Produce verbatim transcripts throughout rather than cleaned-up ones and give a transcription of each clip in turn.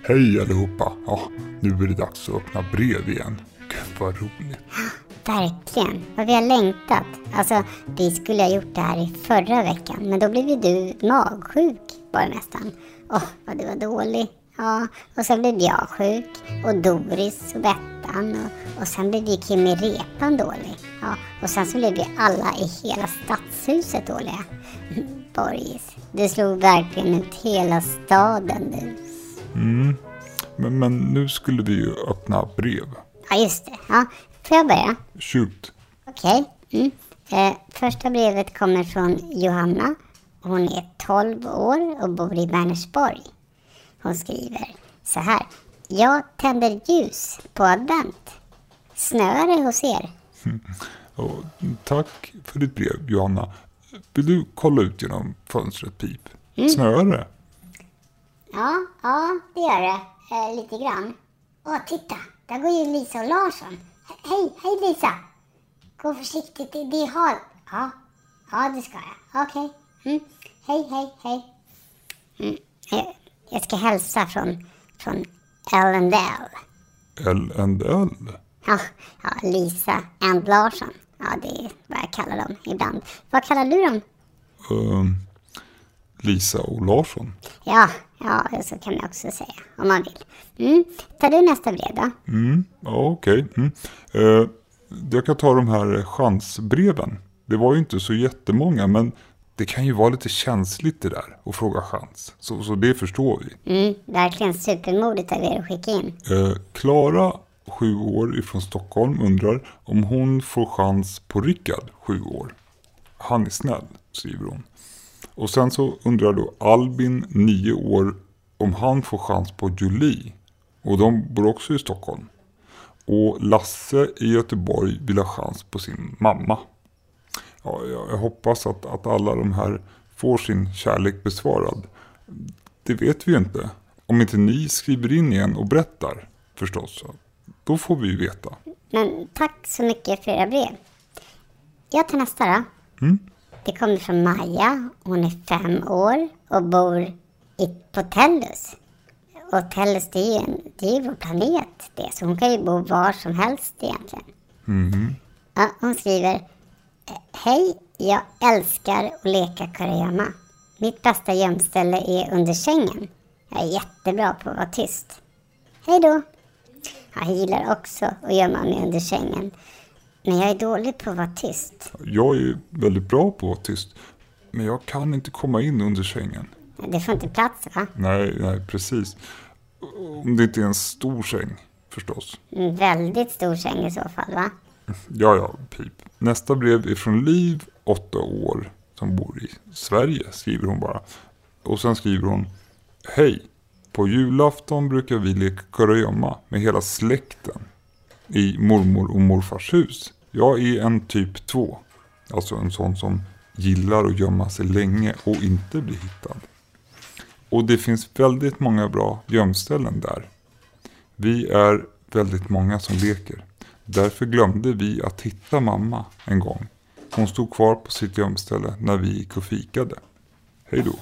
Hej allihopa. Ja, nu är det dags att öppna brev igen. Gud vad roligt. Verkligen. Vad vi har längtat. Alltså, vi skulle ha gjort det här i förra veckan. Men då blev ju du magsjuk bara nästan. Åh, oh, vad du var dålig. Ja, och sen blev jag sjuk. Och Doris och Bettan. Och, och sen blev ju Kimi Repan dålig. Ja, och sen så blev vi alla i hela stadshuset dåliga. Boris, du slog verkligen ut hela staden du. Mm, men, men nu skulle vi ju öppna brev. Ja, just det. Ja, får jag börja? Shoot. Okej. Okay. Mm. Eh, första brevet kommer från Johanna. Hon är tolv år och bor i Vänersborg. Hon skriver så här. Jag tänder ljus på advent. Snöar det hos er? Mm. Och tack för ditt brev, Johanna. Vill du kolla ut genom fönstret, Pip? Mm. Snöar det? Ja, ja, det gör det. Eh, lite grann. Åh, titta. Där går ju Lisa och Larsson. Hej, hej Lisa. Gå försiktigt, det, det är halt. Ja, ja det ska jag. Okej. Okay. Mm. Hej, hej, hej. Mm. Jag, jag ska hälsa från, från L and L. L and L? Ja, ja, Lisa and Larsson. Ja, det är vad jag kallar dem ibland. Vad kallar du dem? Um, Lisa och Larsson. Ja, ja, så kan man också säga om man vill. Mm. Tar du nästa brev då? Mm, ja, okej. Okay. Mm. Uh, jag kan ta de här chansbreven. Det var ju inte så jättemånga, men det kan ju vara lite känsligt det där att fråga chans. Så, så det förstår vi. Mm, verkligen supermodigt av er att skicka in. Klara, uh, sju år ifrån Stockholm, undrar om hon får chans på Rickard, sju år. Han är snäll, skriver hon. Och sen så undrar då Albin, nio år, om han får chans på Julie. Och de bor också i Stockholm. Och Lasse i Göteborg vill ha chans på sin mamma. Ja, jag hoppas att, att alla de här får sin kärlek besvarad. Det vet vi ju inte. Om inte ni skriver in igen och berättar, förstås. Då får vi ju veta. Men tack så mycket för era brev. Jag tar nästa då. Mm. Det kommer från Maja. Hon är fem år och bor i, på Tellus. Och Tellus, det är ju, en, det är ju vår planet. Det. Så hon kan ju bo var som helst egentligen. Mm. Ja, hon skriver. Hej, jag älskar att leka kurragömma. Mitt bästa gömställe är under sängen. Jag är jättebra på att vara tyst. Hej då. Jag gillar också att gömma mig under sängen. Men jag är dålig på att vara tyst. Jag är väldigt bra på att vara tyst. Men jag kan inte komma in under sängen. Det får inte plats, va? Nej, nej, precis. Om det inte är en stor säng, förstås. En väldigt stor säng i så fall, va? Ja, ja, Pip. Nästa brev är från Liv, åtta år, som bor i Sverige, skriver hon bara. Och sen skriver hon. Hej, på julafton brukar vi leka kurragömma med hela släkten i mormor och morfars hus. Jag är en typ två. Alltså en sån som gillar att gömma sig länge och inte bli hittad. Och det finns väldigt många bra gömställen där. Vi är väldigt många som leker. Därför glömde vi att hitta mamma en gång. Hon stod kvar på sitt gömställe när vi gick och fikade. Hej då.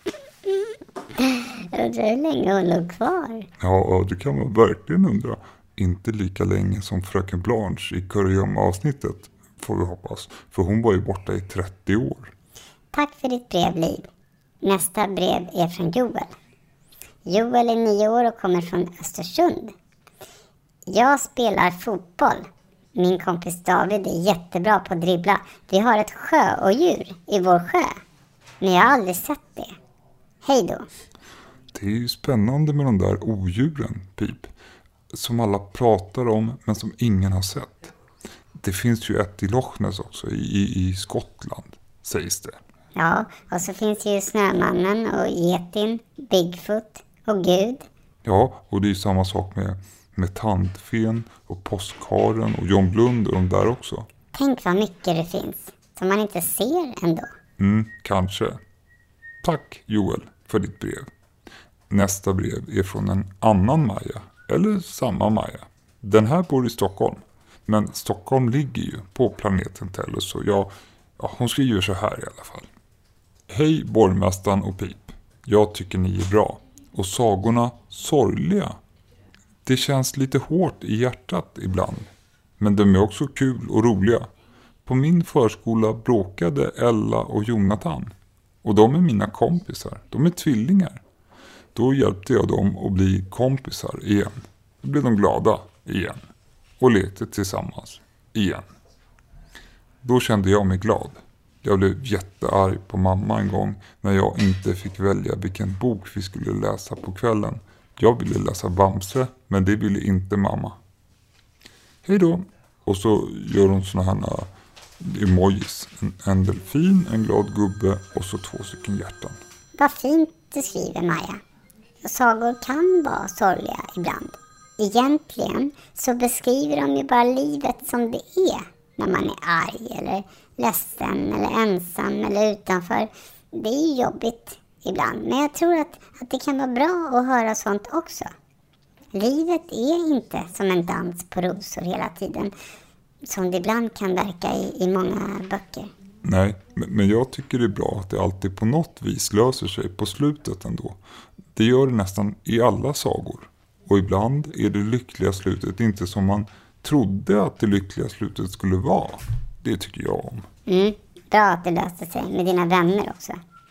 Jag undrar hur länge hon låg kvar. Ja, det kan man verkligen undra. Inte lika länge som fröken Blanche i kurragömma-avsnittet, får vi hoppas. För hon var ju borta i trettio år. Tack för ditt brev, Liv. Nästa brev är från Joel. Joel är nio år och kommer från Östersund. Jag spelar fotboll. Min kompis David är jättebra på att dribbla. Vi har ett sjöodjur i vår sjö. Men jag har aldrig sett det. Hej då. Det är ju spännande med de där odjuren, Pip. Som alla pratar om men som ingen har sett. Det finns ju ett i Loch Ness också, i, i Skottland, sägs det. Ja, och så finns ju Snömannen och Getin, Bigfoot och Gud. Ja, och det är ju samma sak med, med Tandfen och Påskharen och John Blund och de där också. Tänk vad mycket det finns som man inte ser ändå. Mm, kanske. Tack Joel för ditt brev. Nästa brev är från en annan Maja, eller samma Maja. Den här bor i Stockholm, men Stockholm ligger ju på planeten Tellus, så jag, ja, hon skriver så här i alla fall. Hej borgmästaren och Pip. Jag tycker ni är bra. och sagorna sorgliga. Det känns lite hårt i hjärtat ibland. Men de är också kul och roliga. På min förskola bråkade Ella och Jonathan. Och de är mina kompisar. De är tvillingar. Då hjälpte jag dem att bli kompisar igen. Då blev de glada igen. Och lekte tillsammans igen. Då kände jag mig glad. Jag blev jättearg på mamma en gång när jag inte fick välja vilken bok vi skulle läsa på kvällen. Jag ville läsa Bamse, men det ville inte mamma. Hej då! Och så gör hon såna här emojis. En, en delfin, en glad gubbe och så två stycken hjärtan. Vad fint du skriver, Maja. Sagor kan vara sorgliga ibland. Egentligen så beskriver de ju bara livet som det är när man är arg eller ledsen eller ensam eller utanför. Det är ju jobbigt ibland, men jag tror att, att det kan vara bra att höra sånt också. Livet är inte som en dans på rosor hela tiden, som det ibland kan verka i, i många böcker. Nej, men jag tycker det är bra att det alltid på något vis löser sig på slutet ändå. Det gör det nästan i alla sagor. Och ibland är det lyckliga slutet inte som man trodde att det lyckliga slutet skulle vara. Det tycker jag om. Mm, bra att det löste sig med dina vänner också.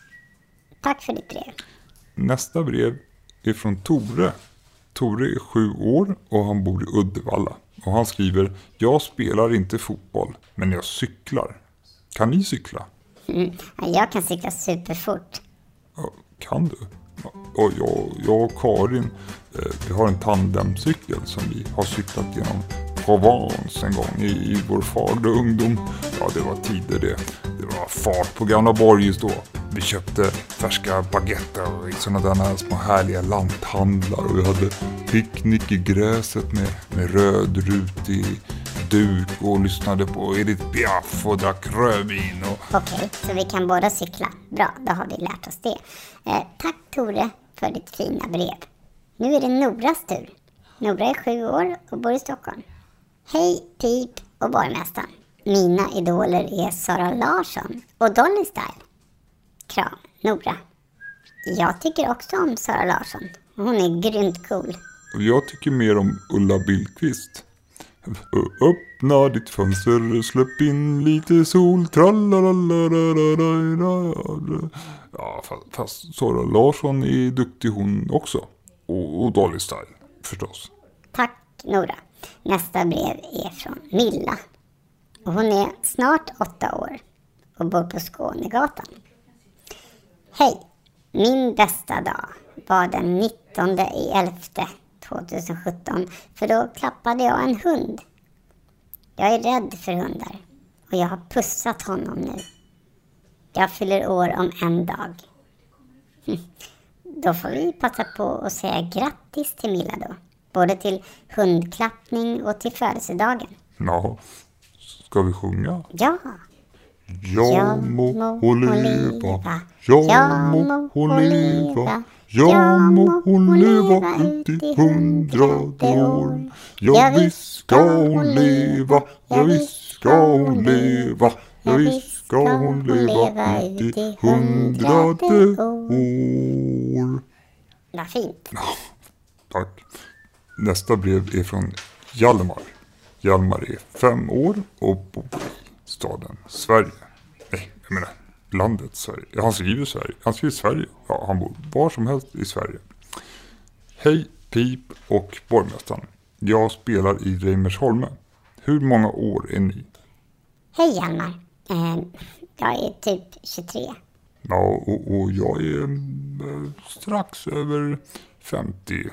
Tack för ditt brev. Nästa brev är från Tore. Tore är sju år och han bor i Uddevalla. Och han skriver: jag spelar inte fotboll, men jag cyklar. Kan ni cykla? Mm, jag kan cykla superfort. Ja, kan du? Och jag, jag och Karin, eh, vi har en tandemcykel som vi har cyklat genom Provence en gång i, i vår fagra ungdom. Ja, det var tider det. Det var fart på Gamla Borges då. Vi köpte färska baguetter i sådana där små härliga lanthandlar. Och vi hade picknick i gräset med, med rödrutig duk och lyssnade på Edith Piaf och drack rödvin. Och... Okej, okay, så vi kan båda cykla. Bra, då har vi lärt oss det. Eh, tack Tore för ditt fina brev. Nu är det Noras tur. Nora är sju år och bor i Stockholm. Hej Pip och borgmästaren. Mina idoler är Sara Larsson och Dolly Style. Kram, Nora. Jag tycker också om Sara Larsson. Hon är grymt cool. Jag tycker mer om Ulla Billqvist. Öppna ditt fönster, släpp in lite sol. Ja, fast, fast Sara Larsson är duktig hon också. Och, och Dolly Style, förstås. Tack Nora. Nästa brev är från Milla. Och hon är snart åtta år och bor på Skånegatan. Hej! Min bästa dag var den nittonde i elfte tjugohundrasjutton, för då klappade jag en hund. Jag är rädd för hundar och jag har pussat honom nu. Jag fyller år om en dag. Då får vi passa på att säga grattis till Milla då. Både till hundklappning och till födelsedagen. Ja, ska vi sjunga? Ja. Jag må hon leva, jag må hon leva, jag må hon leva ut i hundrade år. Ja visst ska hon leva, ja visst ska hon leva, ja visst ska hon leva ut i hundrade år. Vad fint. Ja, tack. Nästa brev är från Hjalmar. Hjalmar är fem år och bor i staden Sverige. Nej, jag menar landet Sverige. Han skriver Sverige. Han skriver Sverige. Ja, han bor var som helst i Sverige. Hej Pip och borgmästaren. Jag spelar i Reimersholme. Hur många år är ni? Hej Hjalmar. Eh, jag är typ tjugotre. Ja, och, och jag är eh, strax över femtiofem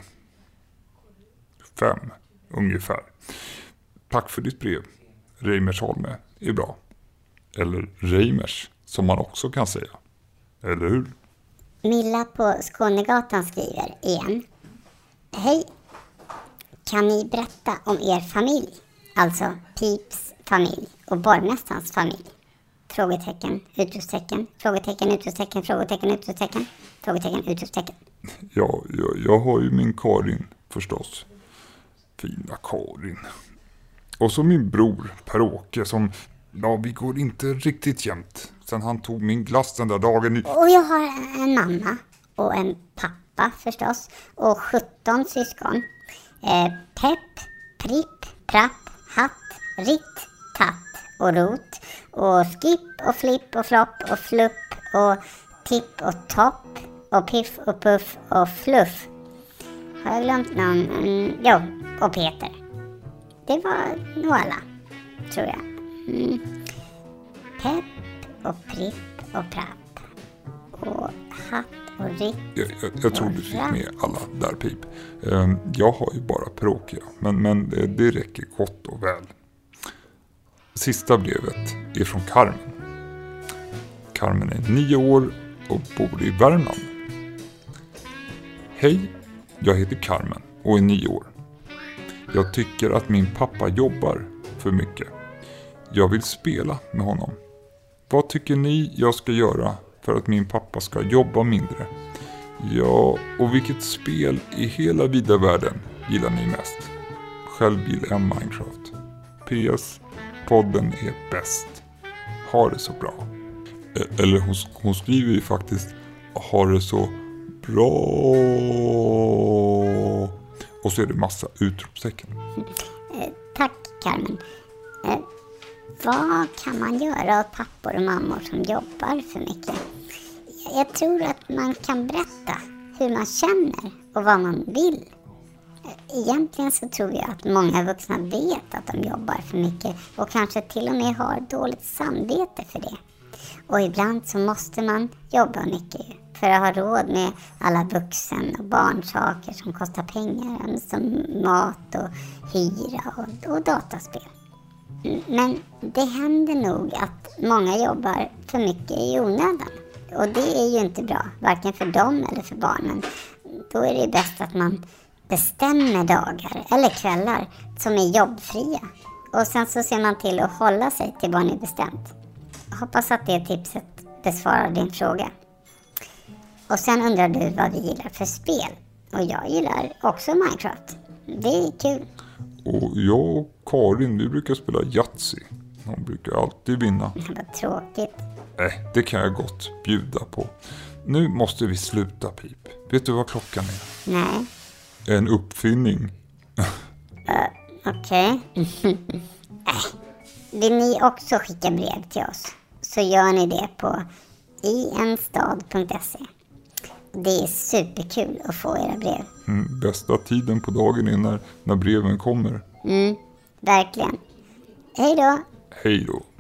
ungefär. Tack för ditt brev. Reimersholme är bra. Eller Reimers, som man också kan säga. Eller hur? Milla på Skånegatan skriver igen. Hej. Kan ni berätta om er familj? Alltså Pips familj och borgmästarens familj. Frågetecken, utropstecken, frågetecken, utropstecken, frågetecken, utropstecken, frågetecken, utropstecken. Ja, jag, jag har ju min Karin förstås. Fina Karin. Och så min bror Per-Åke som, ja, vi går inte riktigt jämnt. Sen han tog min glass den där dagen. I... Och jag har en mamma och en pappa pappa förstås och sjutton syskon. Eh, pepp, pripp, prapp, hatt, ritt, tatt och rot. Och skipp och flipp och flopp och flupp och tipp och topp och piff och puff och fluff. Har jag glömt någon? Mm, jo, och Peter. Det var nog alla, tror jag. Mm. Pepp och pripp och prapp och hatt och ritt. Jag, jag, jag tror du fick med alla där, Pip. Um, jag har ju bara Peråkia, men, men det, det räcker gott och väl. Sista brevet är från Carmen. Carmen är nio år och bor i Värmland. Hej, jag heter Carmen och är nio år. Jag tycker att min pappa jobbar för mycket. Jag vill spela med honom. Vad tycker ni jag ska göra för att min pappa ska jobba mindre? Ja, och vilket spel i hela vida världen gillar ni mest? Själv gillar jag Minecraft. P S. Podden är bäst. Ha det så bra. Eller hon, hon skriver ju faktiskt ha det så bra. Och så är det massa utropstecken. Eh, tack Carmen. Eh, vad kan man göra åt pappor och mammor som jobbar för mycket? Jag tror att man kan berätta hur man känner och vad man vill. Egentligen så tror jag att många vuxna vet att de jobbar för mycket och kanske till och med har dåligt samvete för det. Och ibland så måste man jobba mycket för att ha råd med alla vuxen- och barnsaker som kostar pengar, som mat och hyra och, och dataspel. Men det händer nog att många jobbar för mycket i onödan. Och det är ju inte bra, varken för dem eller för barnen. Då är det bäst att man bestämmer dagar eller kvällar som är jobbfria. Och sen så ser man till att hålla sig till vad ni bestämt. Hoppas att det tipset besvarar din fråga. Och sen undrar du vad vi gillar för spel. Och jag gillar också Minecraft. Det är kul. Och jag och Karin, vi brukar spela Yatzy. Hon brukar alltid vinna. Vad tråkigt. Nej, äh, det kan jag gott bjuda på. Nu måste vi sluta, Pip. Vet du vad klockan är? Nej. En uppfinning. uh, Okej. Okay. äh. Vill ni också skicka brev till oss så gör ni det på i en stad punkt se. Det är superkul att få era brev. Mm, bästa tiden på dagen är när, när breven kommer. Mm, verkligen. Hej då. Hej då.